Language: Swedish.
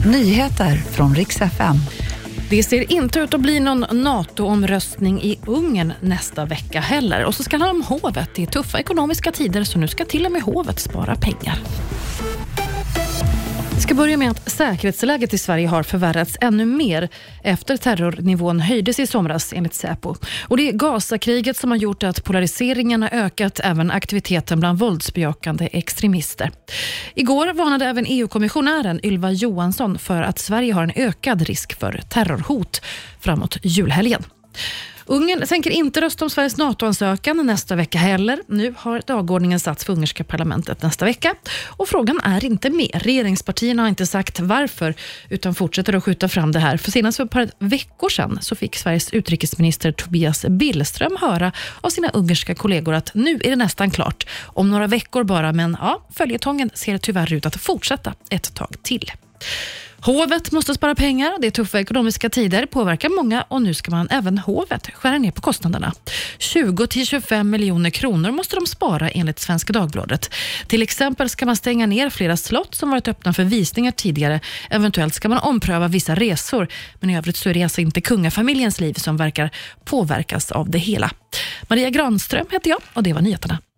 Nyheter från Rix FM. Det ser inte ut att bli någon NATO-omröstning i Ungern nästa vecka heller. Och så ska det handla om hovet. Det är tuffa ekonomiska tider, så nu ska till och med hovet spara pengar. Vi ska börja med att säkerhetsläget i Sverige har förvärrats ännu mer efter terrornivån höjdes i somras enligt Säpo. Och det är Gaza-kriget som har gjort att polariseringen har ökat, även aktiviteten bland våldsbejakande extremister. Igår varnade även EU-kommissionären Ylva Johansson för att Sverige har en ökad risk för terrorhot framåt julhelgen. Ungern tänker inte rösta om Sveriges NATO-ansökan nästa vecka heller. Nu har dagordningen satts för ungerska parlamentet nästa vecka. Och frågan är inte med. Regeringspartierna har inte sagt varför, utan fortsätter att skjuta fram det här. För senast för ett par veckor sedan så fick Sveriges utrikesminister Tobias Billström höra av sina ungerska kollegor att nu är det nästan klart. Om några veckor bara, men ja, följetongen ser tyvärr ut att fortsätta ett tag till. Hovet måste spara pengar, det är tuffa ekonomiska tider, påverkar många och nu ska man även hovet skära ner på kostnaderna. 20-25 miljoner kronor måste de spara enligt Svenska Dagbladet. Till exempel ska man stänga ner flera slott som varit öppna för visningar tidigare. Eventuellt ska man ompröva vissa resor, men i övrigt så är det alltså inte kungafamiljens liv som verkar påverkas av det hela. Maria Granström heter jag och det var nyheterna.